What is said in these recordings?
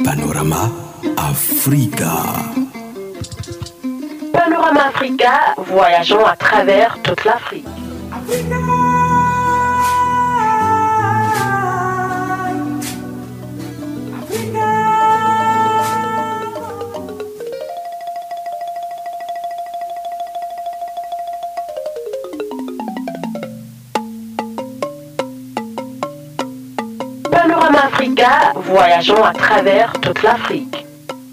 Panorama Africa. Panorama Africa, voyageons à travers toute l'Afrique. Panorama Africa, voyageons à travers toute l'Afrique.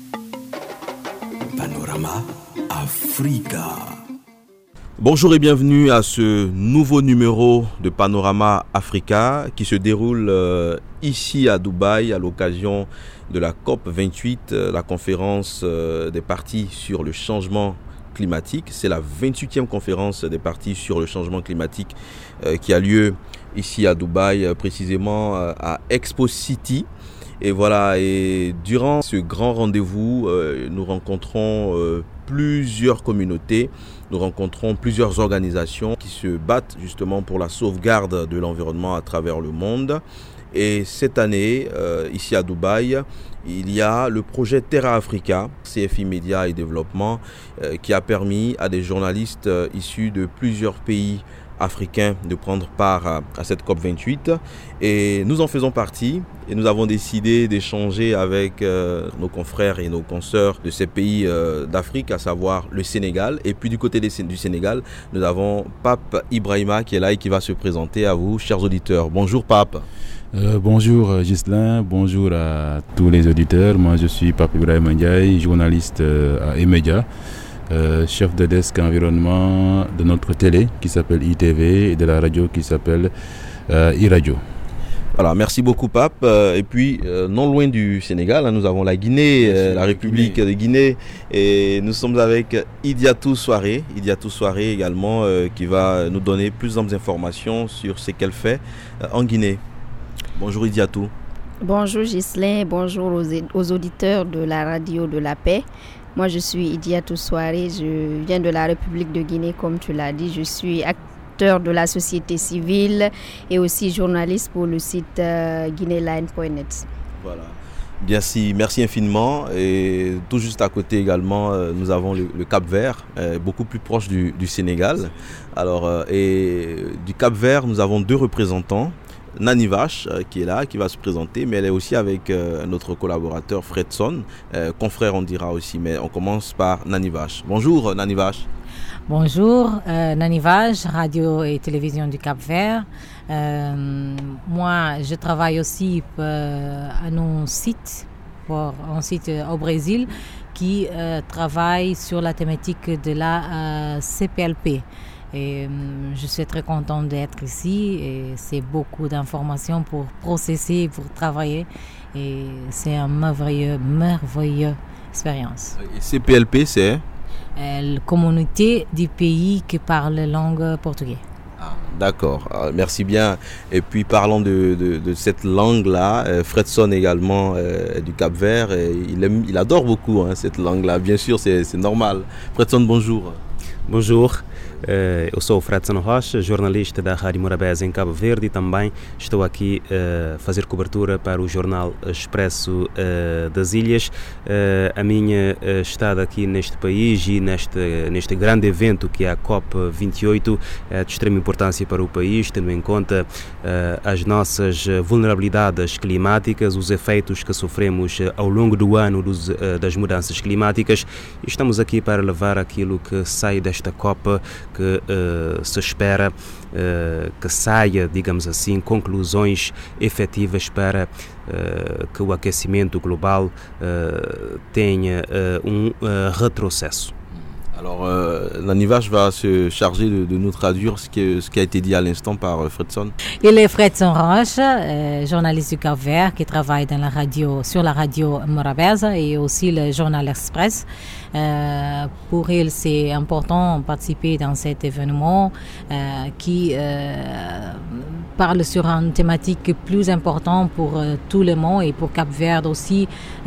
Panorama Africa. Bonjour et bienvenue à ce nouveau numéro de Panorama Africa qui se déroule ici à Dubaï à l'occasion de la COP28, la conférence des parties sur le changement climatique. C'est la 28e conférence des parties sur le changement climatique qui a lieu ici à Dubaï, précisément à Expo City. Et voilà, et durant ce grand rendez-vous, nous rencontrons plusieurs communautés, nous rencontrons plusieurs organisations qui se battent justement pour la sauvegarde de l'environnement à travers le monde. Et cette année, ici à Dubaï, il y a le projet Terra Africa, CFI Média et Développement, qui a permis à des journalistes issus de plusieurs pays africains de prendre part à cette COP28. Et nous en faisons partie et nous avons décidé d'échanger avec nos confrères et nos consoeurs de ces pays d'Afrique, à savoir le Sénégal. Et puis du côté du Sénégal, nous avons Pape Ibrahima qui est là et qui va se présenter à vous, chers auditeurs. Bonjour Pape. Bonjour Ghislain, bonjour à tous les auditeurs. Moi je suis Pape Ibrahima Ndiaye, journaliste à E-Media, chef de desk environnement de notre télé qui s'appelle ITV et de la radio qui s'appelle iRadio. Voilà, merci beaucoup Pape. Et puis, non loin du Sénégal, nous avons la Guinée, la République de Guinée. Et nous sommes avec Idiatou Souaré également, qui va nous donner plus d'informations sur ce qu'elle fait en Guinée. Bonjour Idiatou. Bonjour Ghislain, bonjour aux auditeurs de la radio de la paix. Moi je suis Idiatou Souaré, je viens de la République de Guinée comme tu l'as dit. Je suis acteur de la société civile et aussi journaliste pour le site guinéline.net. Voilà. Merci infiniment. Et tout juste à côté également, nous avons le Cap-Vert, beaucoup plus proche du Sénégal. Alors, et du Cap-Vert, nous avons deux représentants. Nani Vache qui est là, qui va se présenter, mais elle est aussi avec notre collaborateur Fredson, confrère on dira aussi, mais on commence par Nani Vache. Bonjour Nani Vache. Bonjour, Nani Vache, radio et télévision du Cap-Vert. Moi, je travaille aussi à un site au Brésil qui travaille sur la thématique de la CPLP. Et je suis très contente d'être ici et c'est beaucoup d'informations pour processer, pour travailler et c'est une merveilleuse expérience. Et CPLP, c'est la communauté du pays qui parle la langue portugaise. Ah, d'accord, merci bien. Et puis parlons de cette langue-là, Fredson également du Cap-Vert, il adore beaucoup cette langue-là, bien sûr c'est normal. Fredson, bonjour. Bonjour. Eu sou o Fredson Rocha, jornalista da Rádio Morabeza em Cabo Verde e também estou aqui a fazer cobertura para o jornal Expresso das Ilhas. A minha estada aqui neste país e neste grande evento que é a COP28 é de extrema importância para o país, tendo em conta as nossas vulnerabilidades climáticas, os efeitos que sofremos ao longo do ano das mudanças climáticas. E estamos aqui para levar aquilo que sai desta COP, que se espera que saia, digamos assim, conclusões efetivas para que o aquecimento global tenha retrocesso. Alors, Nani Vache va se charger de nous traduire ce qui a été dit à l'instant par Fredson. Il est Fredson Roche, journaliste du Cap-Vert qui travaille sur la radio Morabeza et aussi le journal Express. Pour il, c'est important de participer dans cet événement qui parle sur une thématique plus importante pour tout le monde et pour Cap-Vert aussi.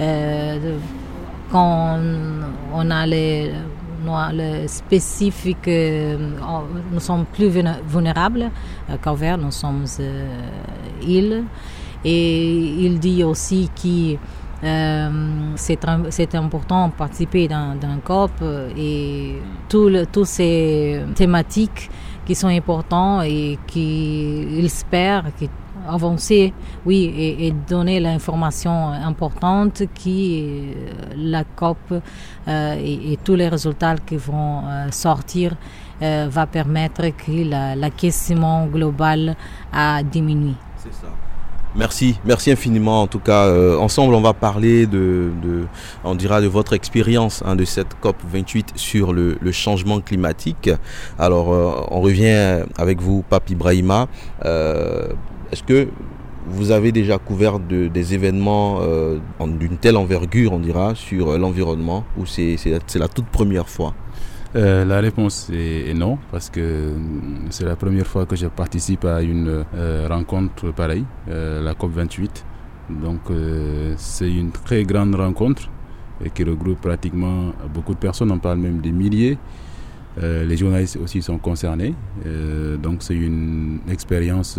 Quand on a le spécifique, nous sommes plus vulnérables Cap-Vert, nous sommes îles. Et il dit aussi que c'est important de participer dans COP et toutes ces thématiques qui sont importantes et qui espèrent avancer, oui, et donner l'information importante qui la COP et tous les résultats qui vont sortir va permettre que l'acquisition global a diminué. C'est ça. Merci infiniment. En tout cas, ensemble, on va parler on dira de votre expérience de cette COP 28 sur le changement climatique. Alors, on revient avec vous, Pape Ibrahima. Est-ce que vous avez déjà couvert des événements d'une telle envergure, on dira, sur l'environnement, ou c'est la toute première fois? La réponse est non, parce que c'est la première fois que je participe à une rencontre pareille, la COP28. Donc c'est une très grande rencontre qui regroupe pratiquement beaucoup de personnes, on parle même des milliers. Les journalistes aussi sont concernés, donc c'est une expérience,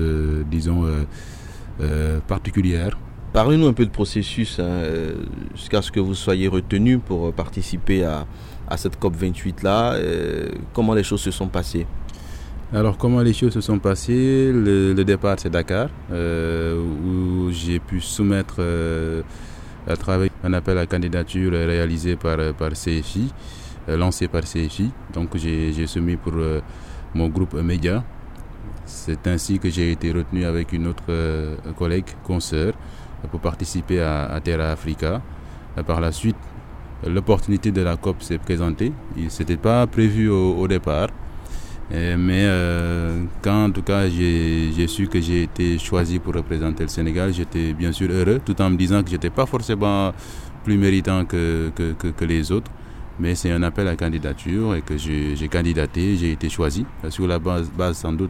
particulière. Parlez-nous un peu de processus, jusqu'à ce que vous soyez retenu pour participer à cette COP28-là. Comment les choses se sont passées? Alors, comment les choses se sont passées? Le départ, c'est Dakar, où j'ai pu soumettre à travers un appel à candidature réalisé par CFI, lancé par CFI. Donc, j'ai soumis pour mon groupe Média. C'est ainsi que j'ai été retenu avec une autre collègue, consoeur, pour participer à Terra Africa. Par la suite, l'opportunité de la COP s'est présentée. Ce n'était pas prévu au départ. Mais quand en tout cas j'ai su que j'ai été choisi pour représenter le Sénégal, j'étais bien sûr heureux, tout en me disant que je n'étais pas forcément plus méritant que les autres. Mais c'est un appel à candidature et que j'ai candidaté, j'ai été choisi sur la base sans doute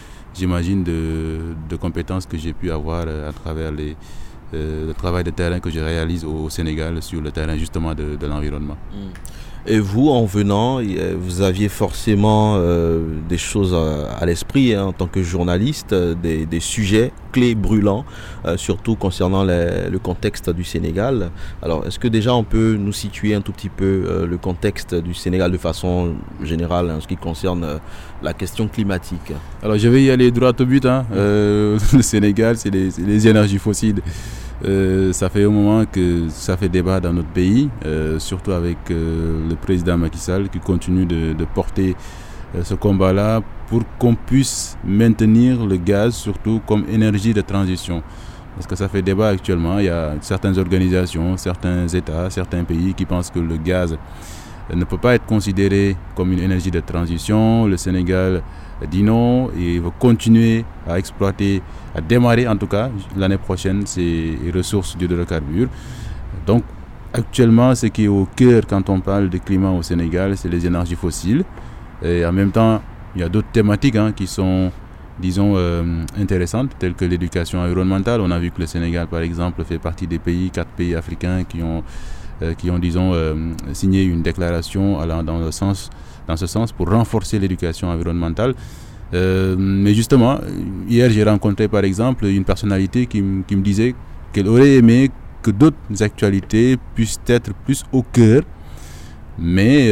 de compétences que j'ai pu avoir à travers le travail de terrain que je réalise au Sénégal sur le terrain justement de l'environnement. Et vous, en venant, vous aviez forcément des choses à l'esprit en tant que journaliste, des sujets clés brûlants, surtout concernant le contexte du Sénégal. Alors, est-ce que déjà on peut nous situer un tout petit peu le contexte du Sénégal de façon générale en ce qui concerne la question climatique? Alors, je vais y aller droit au but. Le Sénégal, c'est les énergies fossiles. Ça fait un moment que ça fait débat dans notre pays, surtout avec le président Macky Sall qui continue de porter ce combat-là pour qu'on puisse maintenir le gaz surtout comme énergie de transition. Parce que ça fait débat actuellement, il y a certaines organisations, certains États, certains pays qui pensent que le gaz ne peut pas être considéré comme une énergie de transition. Le Sénégal dit non et veut continuer à exploiter, à démarrer en tout cas l'année prochaine ces ressources d'hydrocarbures. Donc actuellement, ce qui est au cœur quand on parle de climat au Sénégal, c'est les énergies fossiles. Et en même temps, il y a d'autres thématiques qui sont, disons, intéressantes, telles que l'éducation environnementale. On a vu que le Sénégal, par exemple, fait partie des 4 pays africains qui ont disons, signé une déclaration allant dans ce sens pour renforcer l'éducation environnementale. Mais justement, hier, j'ai rencontré, par exemple, une personnalité qui me disait qu'elle aurait aimé que d'autres actualités puissent être plus au cœur. Mais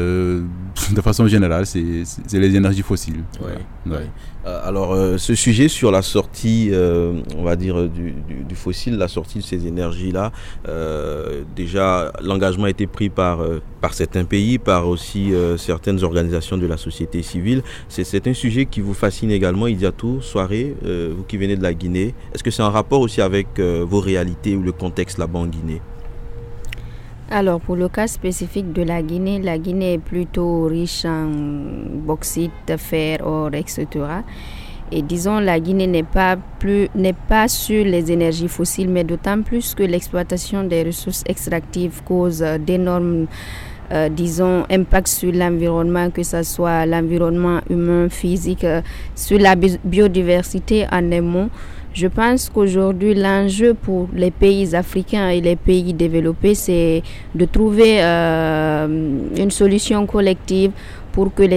de façon générale, c'est les énergies fossiles. Ouais, voilà. Ouais. Alors, ce sujet sur la sortie, on va dire, du fossile, la sortie de ces énergies-là, déjà, l'engagement a été pris par certains pays, par aussi certaines organisations de la société civile. C'est un sujet qui vous fascine également, Idiatou Souaré, vous qui venez de la Guinée. Est-ce que c'est en rapport aussi avec vos réalités ou le contexte là-bas en Guinée? Alors, pour le cas spécifique de la Guinée est plutôt riche en bauxite, fer, or, etc. Et disons, la Guinée n'est pas sur les énergies fossiles, mais d'autant plus que l'exploitation des ressources extractives cause d'énormes, impacts sur l'environnement, que ce soit l'environnement humain, physique, sur la biodiversité en un mot. Je pense qu'aujourd'hui, l'enjeu pour les pays africains et les pays développés, c'est de trouver une solution collective pour que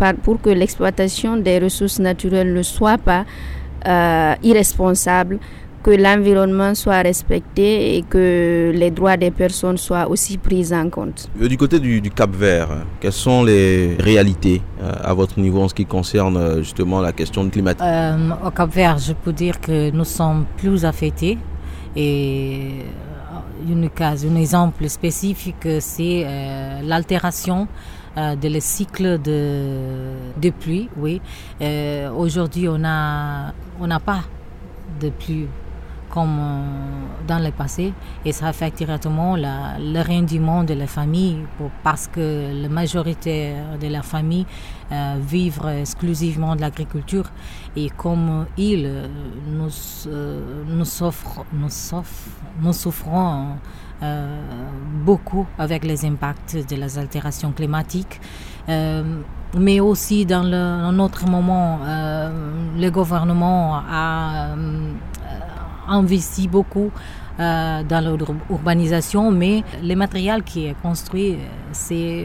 l'exploitation des ressources naturelles ne soit pas irresponsable, que l'environnement soit respecté et que les droits des personnes soient aussi pris en compte. Du côté du Cap-Vert, quelles sont les réalités à votre niveau en ce qui concerne justement la question climatique? Au Cap-Vert, je peux dire que nous sommes plus affectés et un exemple spécifique, c'est l'altération de cycle de pluie. Oui. Aujourd'hui, on n'a pas de pluie comme dans le passé, et ça affecte directement le rendement de la famille parce que la majorité de la famille vivent exclusivement de l'agriculture, et comme nous souffrons beaucoup avec les impacts de les altérations climatiques. Mais aussi dans un autre moment, le gouvernement a investi beaucoup dans l'urbanisation, mais le matériel qui est construit, c'est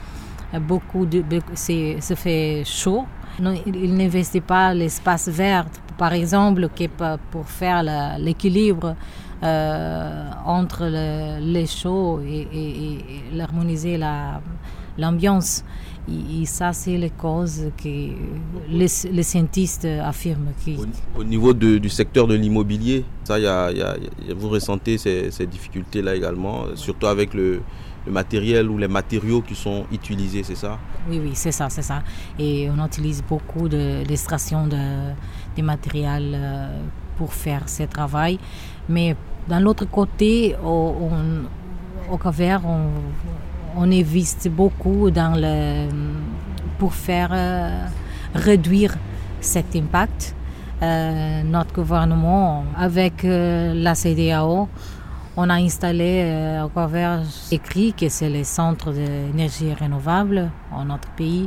se fait chaud. Il n'investit pas l'espace vert, par exemple, pour faire l'équilibre entre les chauds et l'harmoniser l'ambiance. Et ça, c'est les causes que les scientifiques affirment. Au niveau du secteur de l'immobilier, ça, vous ressentez ces difficultés-là également, surtout avec le matériel ou les matériaux qui sont utilisés, c'est ça? Oui, c'est ça. Et on utilise beaucoup d'extraction de matériel pour faire ce travail. Mais d'un l'autre côté, au Cap-Vert, on investe beaucoup pour faire réduire cet impact. Notre gouvernement, avec la CEDEAO, on a installé au Cap-Vert écrit que c'est le centre d'énergie renouvelable en notre pays,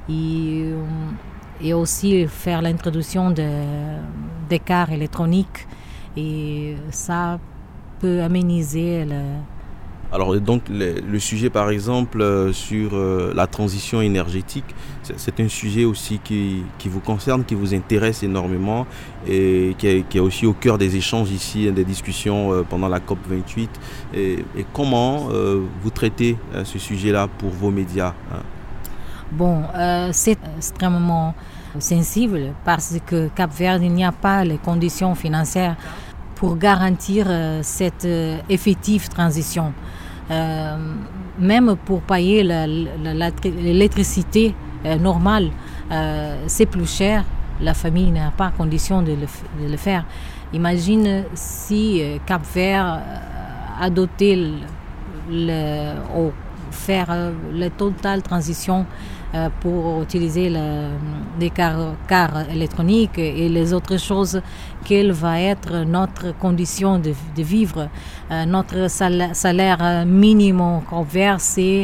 et aussi faire l'introduction des cars électroniques, et ça peut améniser Alors donc le sujet par exemple sur la transition énergétique, c'est un sujet aussi qui vous concerne, qui vous intéresse énormément et qui est aussi au cœur des échanges ici, des discussions pendant la COP28. Et comment vous traitez ce sujet-là pour vos médias? Bon, c'est extrêmement sensible parce que Cap-Vert, il n'y a pas les conditions financières pour garantir cette effective transition. Même pour payer l'électricité normale, c'est plus cher. La famille n'a pas condition de le faire. Imagine si Cap-Vert adoptait ou faire la totale transition pour utiliser des cars électroniques et les autres choses, quelle va être notre condition de vivre. Notre salaire minimum Cap-Vert, c'est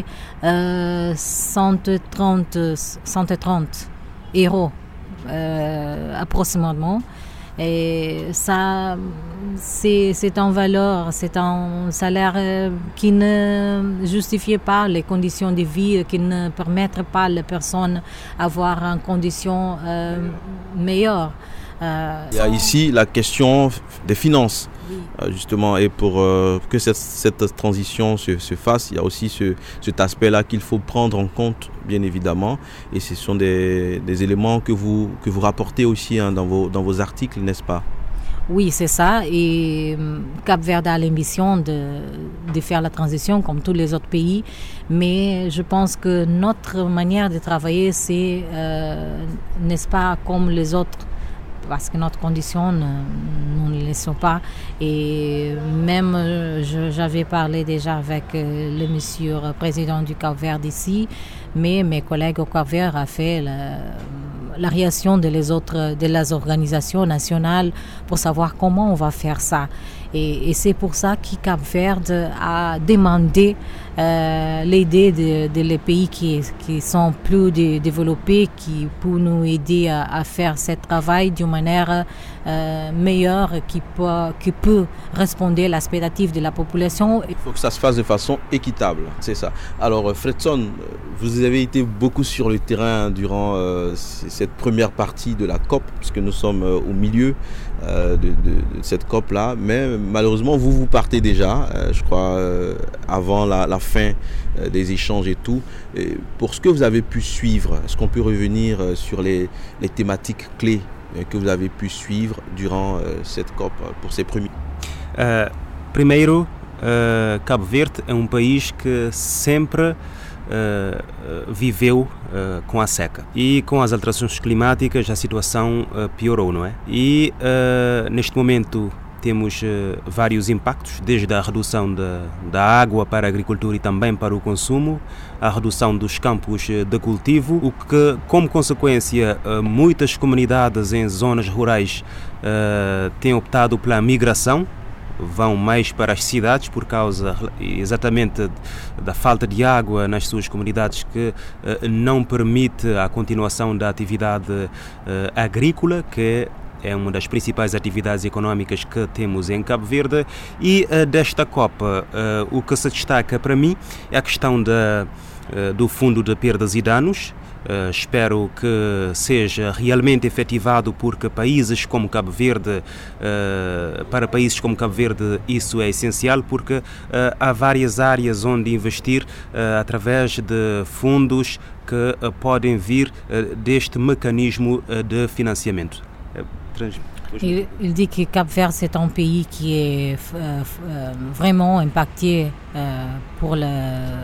130 euros approximativement. Et ça, c'est un valeur, c'est un salaire qui ne justifie pas les conditions de vie, qui ne permettent pas les personnes d'avoir une condition meilleure. Il y a ici la question des finances, justement, et pour que cette transition se fasse, il y a aussi cet aspect-là qu'il faut prendre en compte, bien évidemment, et ce sont des éléments que vous rapportez aussi dans vos articles, n'est-ce pas? Oui, c'est ça, et Cap-Vert a l'ambition de faire la transition comme tous les autres pays, mais je pense que notre manière de travailler, c'est, n'est-ce pas, comme les autres, parce que notre condition, nous ne le laissons pas. Et même, j'avais parlé déjà avec le monsieur président du Cap-Vert d'ici, mais mes collègues au Cap-Vert ont fait la réaction de les organisations nationales pour savoir comment on va faire ça. Et c'est pour ça que Cap-Vert a demandé l'idée des pays qui sont plus développés, qui peuvent nous aider à faire ce travail d'une manière meilleure, qui peut répondre à l'expectative de la population. Il faut que ça se fasse de façon équitable, c'est ça. Alors Fredson, vous avez été beaucoup sur le terrain durant cette première partie de la COP, puisque nous sommes au milieu. de cette COP-là, mais malheureusement, vous partez déjà, je crois, avant la fin des échanges et tout. Et pour ce que vous avez pu suivre, est-ce qu'on peut revenir sur les thématiques clés que vous avez pu suivre durant cette COP pour ces premiers? Primeiro, Cabo Verde é país que sempre viveu com a seca e com as alterações climáticas a situação piorou, não é? E neste momento temos vários impactos, desde a redução da água para a agricultura e também para o consumo, a redução dos campos de cultivo, o que, como consequência, muitas comunidades em zonas rurais têm optado pela migração, vão mais para as cidades por causa exatamente da falta de água nas suas comunidades, que não permite a continuação da atividade agrícola, que é uma das principais atividades económicas que temos em Cabo Verde. E desta Copa, o que se destaca para mim é a questão do Fundo de Perdas e Danos. Espero que seja realmente efetivado, porque países como Cabo Verde, para países como Cabo Verde isso é essencial, porque há várias áreas onde investir através de fundos que podem vir deste mecanismo de financiamento. Il dit que Cap Vert, c'est un pays qui est vraiment impacté pour le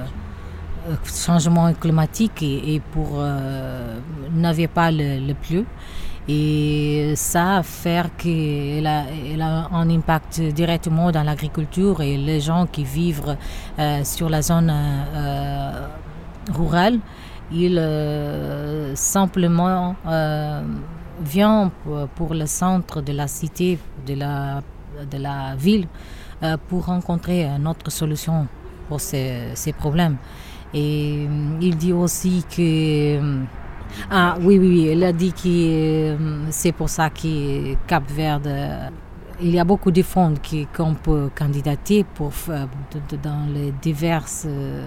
changement climatique et pour n'avait pas le pluie. Et ça fait qu'elle a un impact directement dans l'agriculture, et les gens qui vivent sur la zone rurale, ils simplement viennent pour le centre de la cité, de la ville, pour rencontrer une autre solution pour ces problèmes. Et il dit aussi que... oui, il a dit que c'est pour ça que Cap Verde, il y a beaucoup de fonds qu'on peut candidater dans les diverses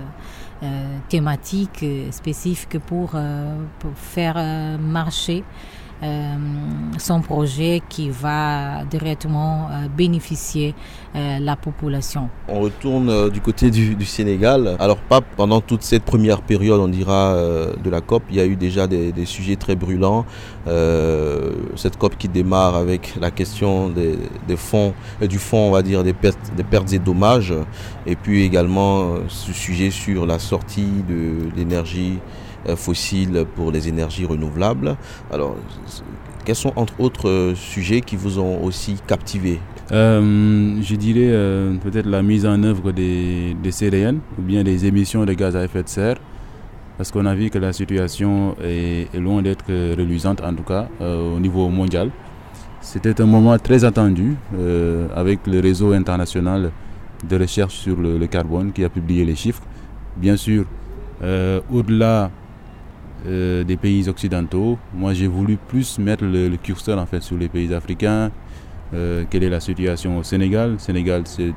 thématiques spécifiques pour faire marcher son projet qui va directement bénéficier la population. On retourne du côté du Sénégal. Alors pas pendant toute cette première période, on dira, de la COP, il y a eu déjà des sujets très brûlants. Cette COP qui démarre avec la question des fonds, du fonds, on va dire, des pertes et dommages, et puis également ce sujet sur la sortie de l'énergie fossiles pour les énergies renouvelables. Alors, quels sont entre autres sujets qui vous ont aussi captivé? Je dirais peut-être la mise en œuvre des CDN, ou bien des émissions de gaz à effet de serre, parce qu'on a vu que la situation est loin d'être reluisante, en tout cas au niveau mondial. C'était un moment très attendu avec le réseau international de recherche sur le carbone qui a publié les chiffres. Bien sûr, au-delà des pays occidentaux, moi j'ai voulu plus mettre le curseur en fait sur les pays africains. Quelle est la situation au Sénégal? Le Sénégal, c'est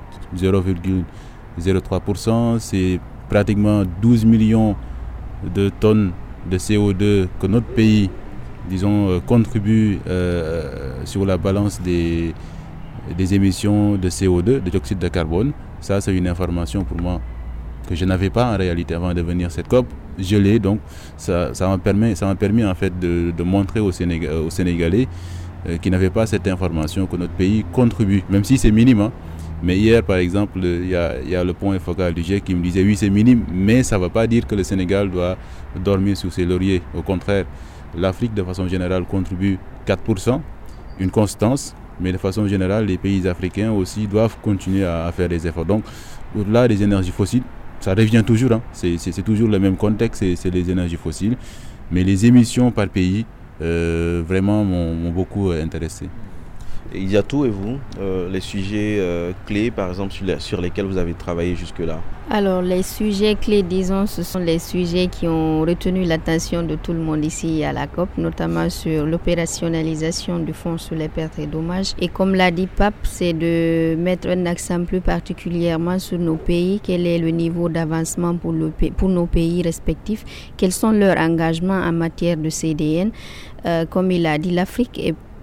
0,03%, c'est pratiquement 12 millions de tonnes de CO2 que notre pays, disons, contribue sur la balance des émissions de CO2, de dioxyde de carbone. Ça, c'est une information pour moi que je n'avais pas en réalité avant de venir cette COP. Je l'ai, donc ça m'a permis en fait de montrer aux Sénégalais qui n'avaient pas cette information que notre pays contribue, même si c'est minime. Hein. Mais hier, par exemple, il y a le point focal du GIEC qui me disait oui, c'est minime, mais ça ne veut pas dire que le Sénégal doit dormir sur ses lauriers. Au contraire, l'Afrique, de façon générale, contribue 4%, une constance, mais de façon générale, les pays africains aussi doivent continuer à faire des efforts. Donc, au-delà des énergies fossiles, ça revient toujours, hein. C'est toujours le même contexte, c'est les énergies fossiles. Mais les émissions par pays, vraiment m'ont beaucoup intéressé. Et Idiatou, et vous, les sujets clés, par exemple, sur lesquels vous avez travaillé jusque-là? Alors, les sujets clés, disons, ce sont les sujets qui ont retenu l'attention de tout le monde ici à la COP, notamment sur l'opérationnalisation du fonds sur les pertes et dommages. Et comme l'a dit Pape, c'est de mettre un accent plus particulièrement sur nos pays. Quel est le niveau d'avancement pour nos pays respectifs? Quels sont leurs engagements en matière de CDN? Comme il a dit, l'Afrique est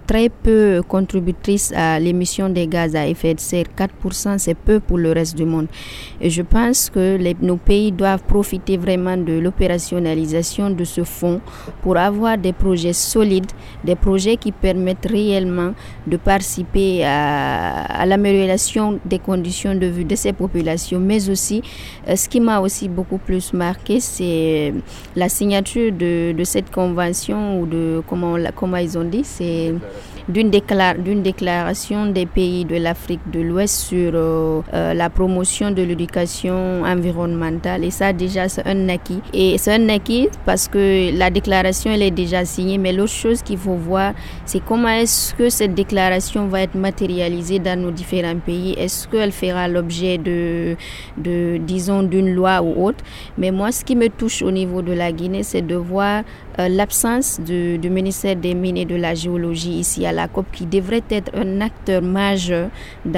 très peu contributrice à l'émission des gaz à effet de serre. 4%, c'est peu pour le reste du monde. Et je pense que nos pays doivent profiter vraiment de l'opérationnalisation de ce fonds pour avoir des projets solides, des projets qui permettent réellement de participer à l'amélioration des conditions de vie de ces populations. Mais aussi, ce qui m'a aussi beaucoup plus marqué, c'est la signature de cette convention, ou de comment ils ont dit, c'est d'une déclaration des pays de l'Afrique de l'Ouest sur la promotion de l'éducation environnementale. Et ça, déjà, c'est un acquis. Et c'est un acquis parce que la déclaration, elle est déjà signée. Mais l'autre chose qu'il faut voir, c'est comment est-ce que cette déclaration va être matérialisée dans nos différents pays. Est-ce qu'elle fera l'objet disons, d'une loi ou autre. Mais moi, ce qui me touche au niveau de la Guinée, c'est de voir l'absence du ministère des Mines et de la Géologie ici à la COP, qui devrait être un acteur majeur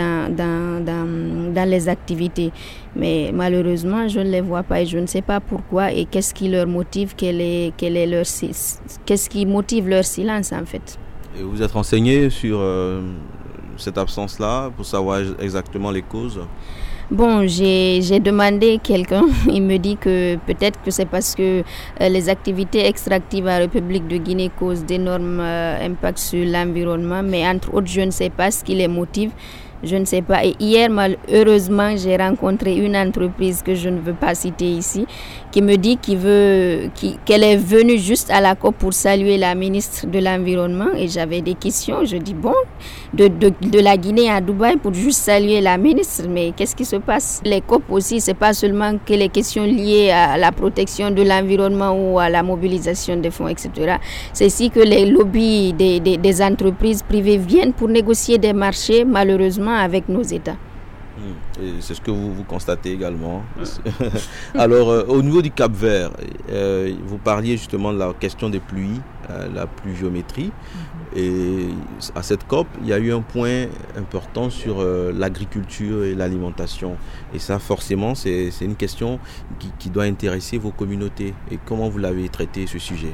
dans les activités. Mais malheureusement, je ne les vois pas et je ne sais pas pourquoi et qu'est-ce qui leur motive, qu'est-ce qui motive leur silence en fait. Et vous êtes renseigné sur cette absence-là pour savoir exactement les causes? Bon, j'ai demandé quelqu'un, il me dit que peut-être que c'est parce que les activités extractives en République de Guinée causent d'énormes impacts sur l'environnement, mais entre autres, je ne sais pas ce qui les motive. Je ne sais pas. Et hier, malheureusement, j'ai rencontré une entreprise que je ne veux pas citer ici, qui me dit qu'elle est venue juste à la COP pour saluer la ministre de l'Environnement. Et j'avais des questions. Je dis, bon, de la Guinée à Dubaï pour juste saluer la ministre. Mais qu'est-ce qui se passe? Les COP aussi, c'est pas seulement que les questions liées à la protection de l'environnement ou à la mobilisation des fonds, etc. C'est aussi que les lobbies des entreprises privées viennent pour négocier des marchés, malheureusement, avec nos États. Et c'est ce que vous constatez également. Alors, au niveau du Cap-Vert, vous parliez justement de la question des pluies, la pluviométrie. Et à cette COP, il y a eu un point important sur l'agriculture et l'alimentation. Et ça, forcément, c'est une question qui doit intéresser vos communautés. Et comment vous l'avez traité, ce sujet?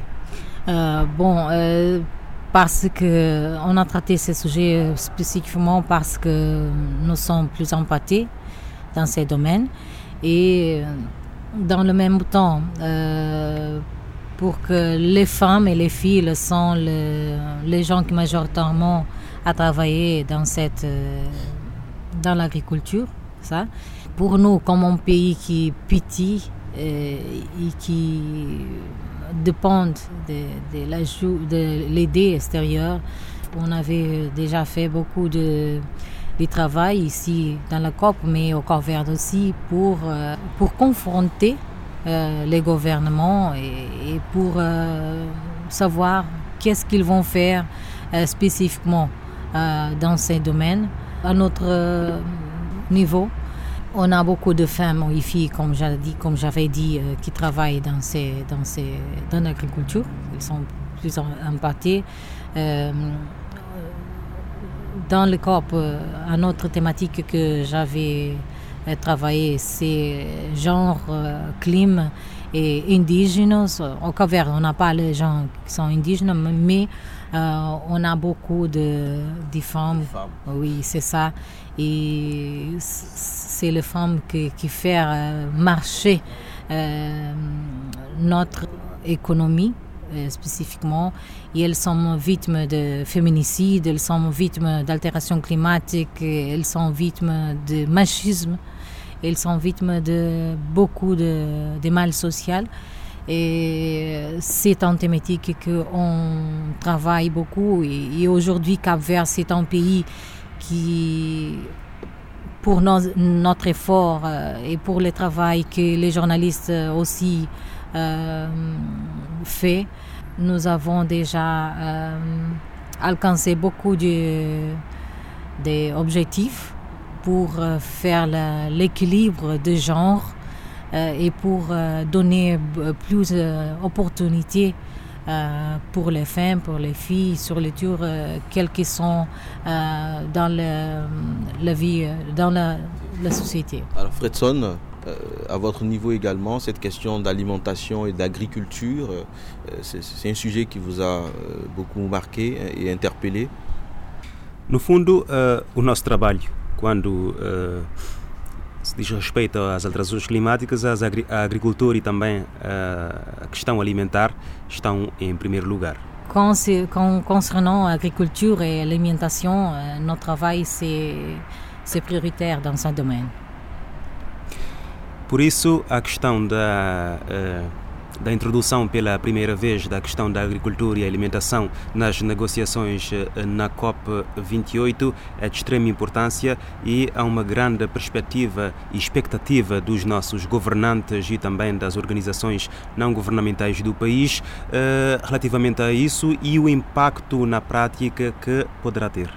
Parce qu'on a traité ce sujet spécifiquement parce que nous sommes plus empathés dans ces domaines et dans le même temps pour que les femmes et les filles sont les gens qui majoritairement à travailler dans l'agriculture. Ça. Pour nous, comme un pays qui petit et qui dépendent de l'aide extérieure. On avait déjà fait beaucoup de travail ici dans la COP, mais au Cap-Vert aussi pour confronter les gouvernements et pour savoir qu'est-ce qu'ils vont faire spécifiquement dans ces domaines. À notre niveau, on a beaucoup de femmes et filles, comme j'avais dit, qui travaillent dans l'agriculture. Ils sont plus empathés. Dans le COP, une autre thématique que j'avais travaillé, c'est genre climat et indigènes. Au Cap-Vert, on n'a pas les gens qui sont indigènes, mais on a beaucoup de femmes. Oui, c'est ça. Et c'est les femmes qui font marcher notre économie spécifiquement. Et elles sont victimes de féminicide, elles sont victimes d'altération climatique, elles sont victimes de machisme, elles sont victimes de beaucoup de mal social. Et c'est une thématique qu'on travaille beaucoup. Et aujourd'hui, Cap-Vert, c'est un pays qui, pour notre effort et pour le travail que les journalistes aussi font, nous avons déjà alcancé beaucoup d'objectifs pour faire l'équilibre de genre et pour donner plus d'opportunités pour les femmes, pour les filles, sur les tours, quelles qu'ils sont dans la vie, dans la société. Alors Fredson, à votre niveau également, cette question d'alimentation et d'agriculture, c'est un sujet qui vous a beaucoup marqué et interpellé? No fundo, o nosso trabalho, quando se diz respeito às alterações climáticas, a agricultura e também a questão alimentar estão em primeiro lugar. Concernant l'agriculture et l'alimentation, notre travail c'est prioritaire dans ce domaine. Por isso, a questão da introdução pela primeira vez da questão da agricultura e alimentação nas negociações na COP28 é de extrema importância e há uma grande perspectiva e expectativa dos nossos governantes e também das organizações não governamentais do país relativamente a isso e o impacto na prática que poderá ter.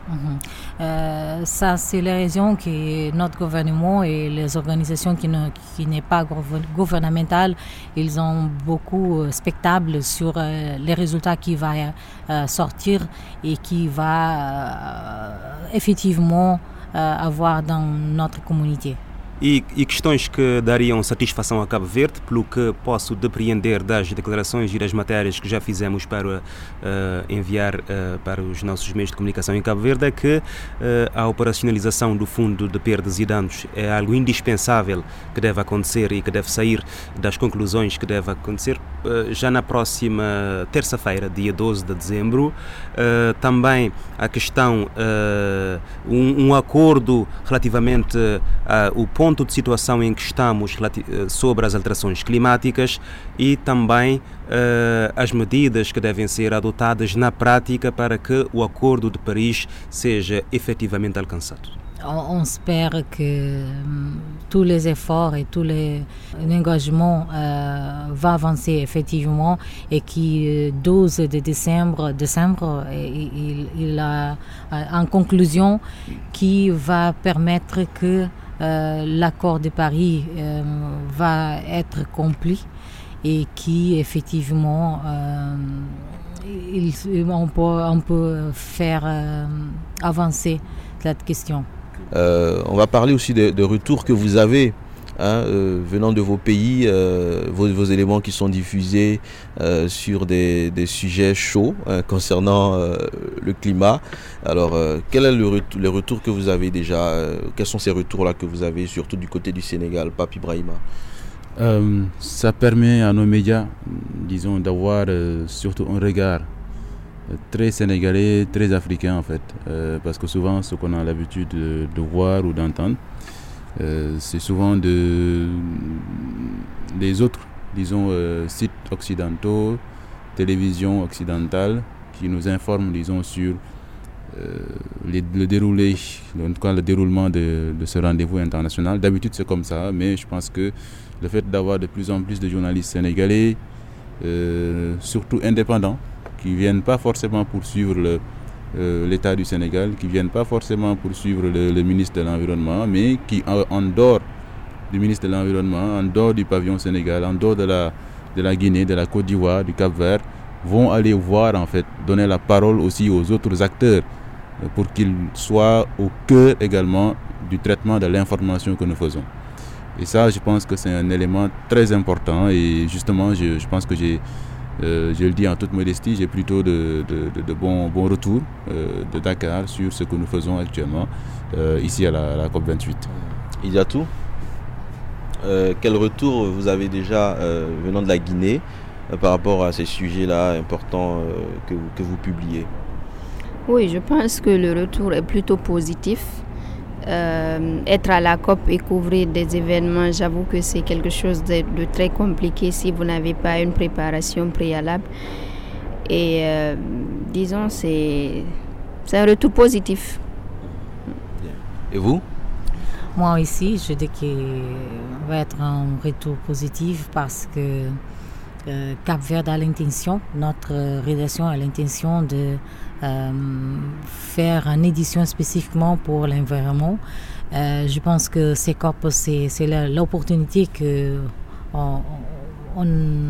Ça, c'est la raison que notre gouvernement et les organisations qui n'est pas gouvernementales, ils sont beaucoup spectables sur les résultats qui va sortir et qui va effectivement avoir dans notre communauté. E questões que dariam satisfação a Cabo Verde, pelo que posso depreender das declarações e das matérias que já fizemos para enviar para os nossos meios de comunicação em Cabo Verde, é que a operacionalização do Fundo de Perdas e Danos é algo indispensável que deve acontecer e que deve sair das conclusões que deve acontecer já na próxima terça-feira, dia 12 de dezembro. Também a questão, um acordo relativamente ao ponto de situação em que estamos sobre as alterações climáticas e também as medidas que devem ser adotadas na prática para que o Acordo de Paris seja efetivamente alcançado. On espère que tous les efforts et tous l'engagement va avancer effectivement et que 12 de décembre il a en conclusion qui va permettre que l'accord de Paris va être accompli et qui effectivement on peut faire avancer cette question. On va parler aussi de retours que vous avez venant de vos pays, vos éléments qui sont diffusés sur des sujets chauds concernant le climat. Alors, quel est le retour que vous avez déjà quels sont ces retours-là que vous avez, surtout du côté du Sénégal, Pape Ibrahima? Ça permet à nos médias, disons, d'avoir surtout un regard très sénégalais, très africain en fait, parce que souvent ce qu'on a l'habitude de voir ou d'entendre, c'est souvent des autres, disons, sites occidentaux, télévisions occidentales qui nous informent, disons, sur le déroulé, en tout cas le déroulement de ce rendez-vous international. D'habitude c'est comme ça, mais je pense que le fait d'avoir de plus en plus de journalistes sénégalais, surtout indépendants, qui ne viennent pas forcément poursuivre l'État du Sénégal, qui ne viennent pas forcément poursuivre le ministre de l'Environnement, mais qui, en dehors du ministre de l'Environnement, en dehors du pavillon Sénégal, en dehors de la Guinée, de la Côte d'Ivoire, du Cap-Vert, vont aller voir, en fait, donner la parole aussi aux autres acteurs pour qu'ils soient au cœur également du traitement de l'information que nous faisons. Et ça, je pense que c'est un élément très important et justement, je pense que je le dis en toute modestie, j'ai plutôt de bons retours de Dakar sur ce que nous faisons actuellement ici à la COP28. Idiatou, quel retour vous avez déjà venant de la Guinée par rapport à ces sujets-là importants que vous publiez? Oui, je pense que le retour est plutôt positif. Être à la COP et couvrir des événements, j'avoue que c'est quelque chose de très compliqué si vous n'avez pas une préparation préalable. Et disons, c'est un retour positif. Et vous? Moi aussi, je dis qu'il va être un retour positif parce que Cap-Vert a l'intention, notre rédaction a l'intention de faire une édition spécifiquement pour l'environnement. Je pense que ces COP, c'est l'opportunité que on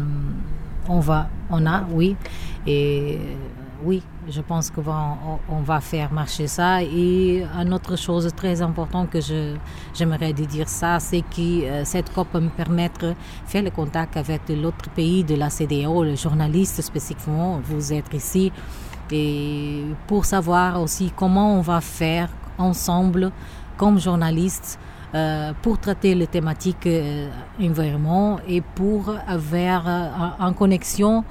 a, oui. Et oui, je pense qu'on va faire marcher ça. Et une autre chose très importante que j'aimerais dire ça, c'est que cette COP peut me permettre de faire le contact avec l'autre pays de la CEDEAO, les journalistes spécifiquement. Vous êtes ici et pour savoir aussi comment on va faire ensemble comme journalistes pour traiter les thématiques environnement et pour avoir en connexion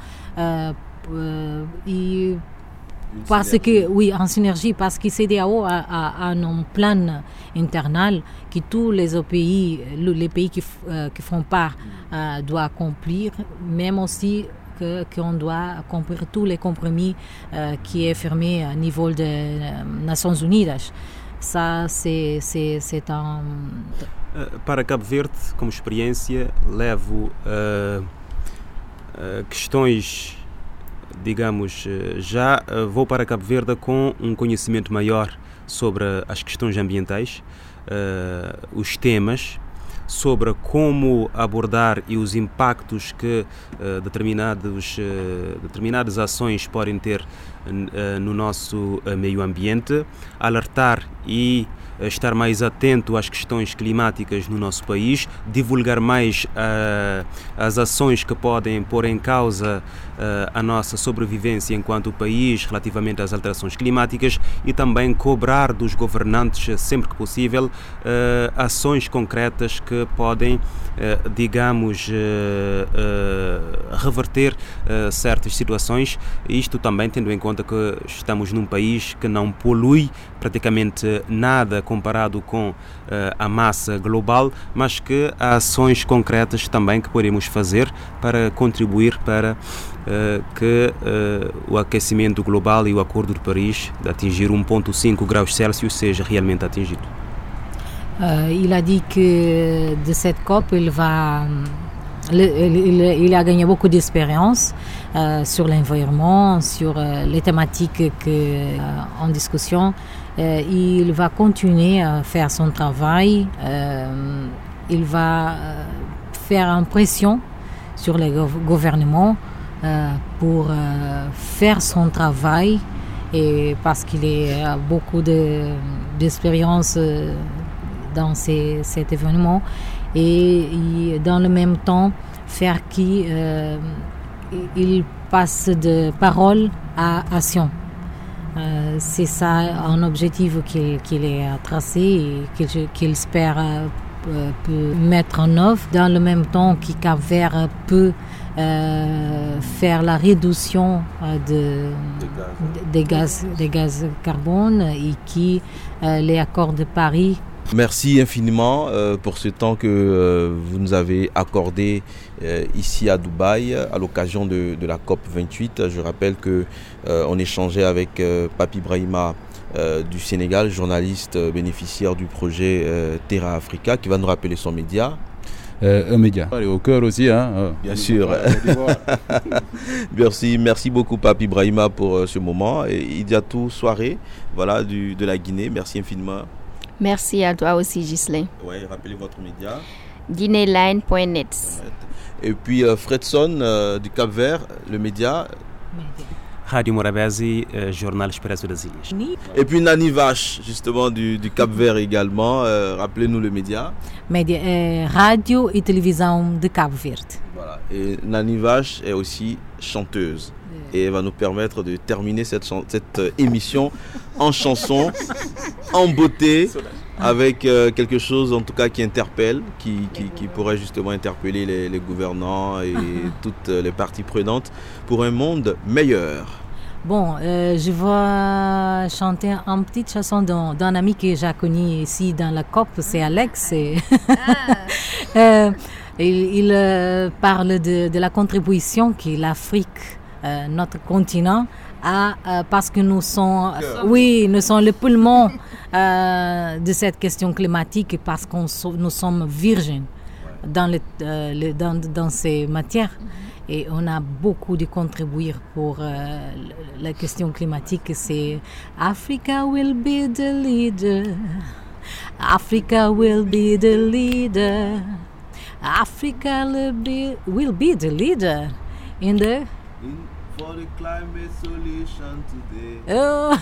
et parce que oui, en synergie, parce que CEDEAO a un plan internal que tous les pays qui font part doivent accomplir, même aussi qu'on doit accomplir tous les compromis qui est firmé au niveau des Nations Unidas. Ça, c'est un... Para Cabo Verde, como experiência, levo questões, digamos, já vou para Cabo Verde com conhecimento maior sobre as questões ambientais, os temas, sobre como abordar e os impactos que determinadas ações podem ter no nosso meio ambiente, alertar e estar mais atento às questões climáticas no nosso país, divulgar mais as ações que podem pôr em causa a nossa sobrevivência enquanto país relativamente às alterações climáticas e também cobrar dos governantes, sempre que possível, ações concretas que podem, digamos, reverter certas situações, isto também tendo em conta que estamos num país que não polui praticamente nada comparado com a massa global, mas que há ações concretas também que podemos fazer para contribuir para que o aquecimento global e o Acordo de Paris de atingir 1,5 graus Celsius seja realmente atingido. Il a dit que de cette COP, il a gagné beaucoup d'expérience sur l'environnement, sur les thématiques en discussion. Il va continuer à faire son travail. Il va faire une pression sur les gouvernements pour faire son travail, et parce qu'il a beaucoup d'expérience dans cet événement, et dans le même temps faire qu'il passe de parole à action. C'est ça un objectif qu'il a tracé et qu'il espère peut mettre en œuvre. Dans le même temps que Cap Vert peut faire la réduction des gaz carbone, et qui les accords de Paris. Merci infiniment pour ce temps que vous nous avez accordé ici à Dubaï à l'occasion de la COP 28. Je rappelle qu'on échangeait avec Papi Brahima du Sénégal, journaliste bénéficiaire du projet Terra Africa, qui va nous rappeler son média. Un média. Et au cœur aussi, hein. Bien sûr. Merci beaucoup Papi Brahima pour ce moment. Et Idiatou Soirée, voilà, de la Guinée. Merci infiniment. Merci à toi aussi, Ghislain. Oui, rappelez votre média. Guinealine.net. Et puis Fredson du Cap-Vert, le média. Rádio Morabeza, Journal Expresso das Ilhas. Et puis Nani Vache, justement, du Cap-Vert également. Rappelez-nous le média. Radio et télévision de Cap-Vert. Voilà. Et Nani Vache est aussi chanteuse. Et elle va nous permettre de terminer cette émission en chanson, en beauté, avec quelque chose en tout cas qui interpelle, qui pourrait justement interpeller les gouvernants et toutes les parties prenantes pour un monde meilleur. Bon, je vais chanter une petite chanson d'un ami que j'ai connu ici dans la COP, c'est Alex. Il parle de la contribution que l'Afrique, notre continent, a, parce que nous sommes le poumon de cette question climatique, parce que nous sommes virgins dans ces matières. Et on a beaucoup de contribuer pour la question climatique. C'est Africa will be the leader. Africa will be the leader. Africa will be the leader for the climate solution today. Oh.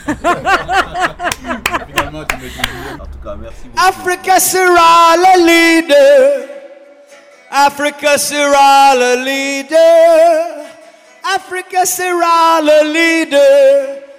En tout cas, merci beaucoup. Africa sera le leader. Africa sera le leader. Africa sera le leader.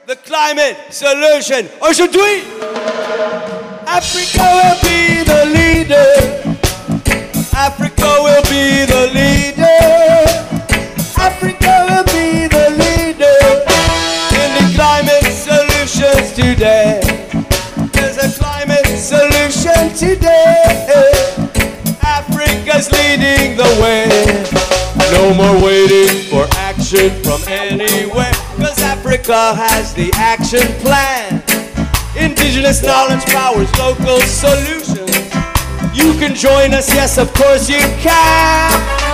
the climate solution. Aujourd'hui, Africa will be the leader. Africa will be the leader. Africa will be the leader in the climate solutions today. There's a climate solution today. Africa's leading the way. No more waiting for action from anywhere, 'cause Africa has the action plan. Indigenous knowledge powers local solutions. You can join us, yes, of course you can.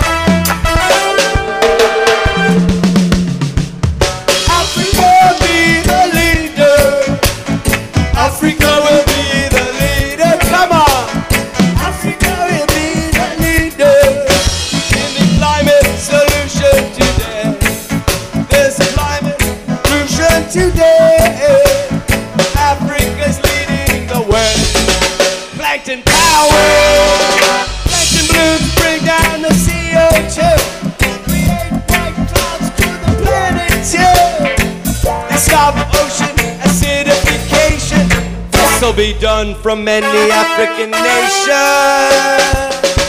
Africa will be the leader. Africa will be the leader. Come on. Africa will be the leader in the climate solution today. There's a climate solution today. Africa's leading the way. Plankton power. Plankton blooms bring down the CO2. Create white clouds to the planet too. And stop ocean acidification. This will be done from many African nations.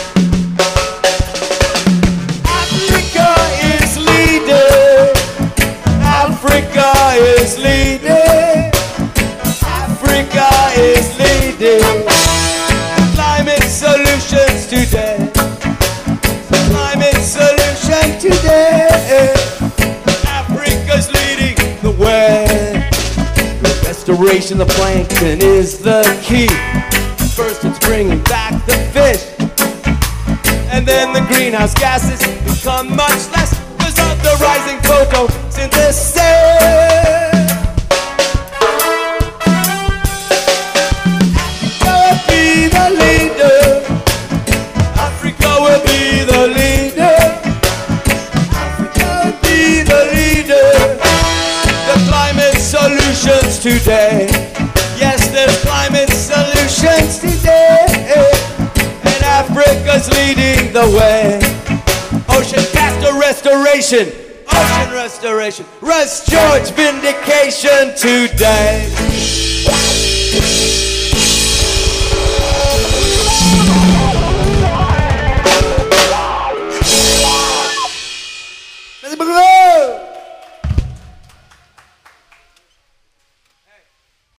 Africa is leader. Africa is leading. Africa is leading. Climate solutions today. Climate solution today. Africa's leading the way. Restoration of plankton is the key. First it's bringing back the fish, and then the greenhouse gases become much less because of the rising photosynthesis. Africa will be the leader. Africa will be the leader. The climate solutions today. Yes, there's climate solutions today. And Africa's leading the way. Ocean pasture restoration. Ocean restoration. Russ George vindication today.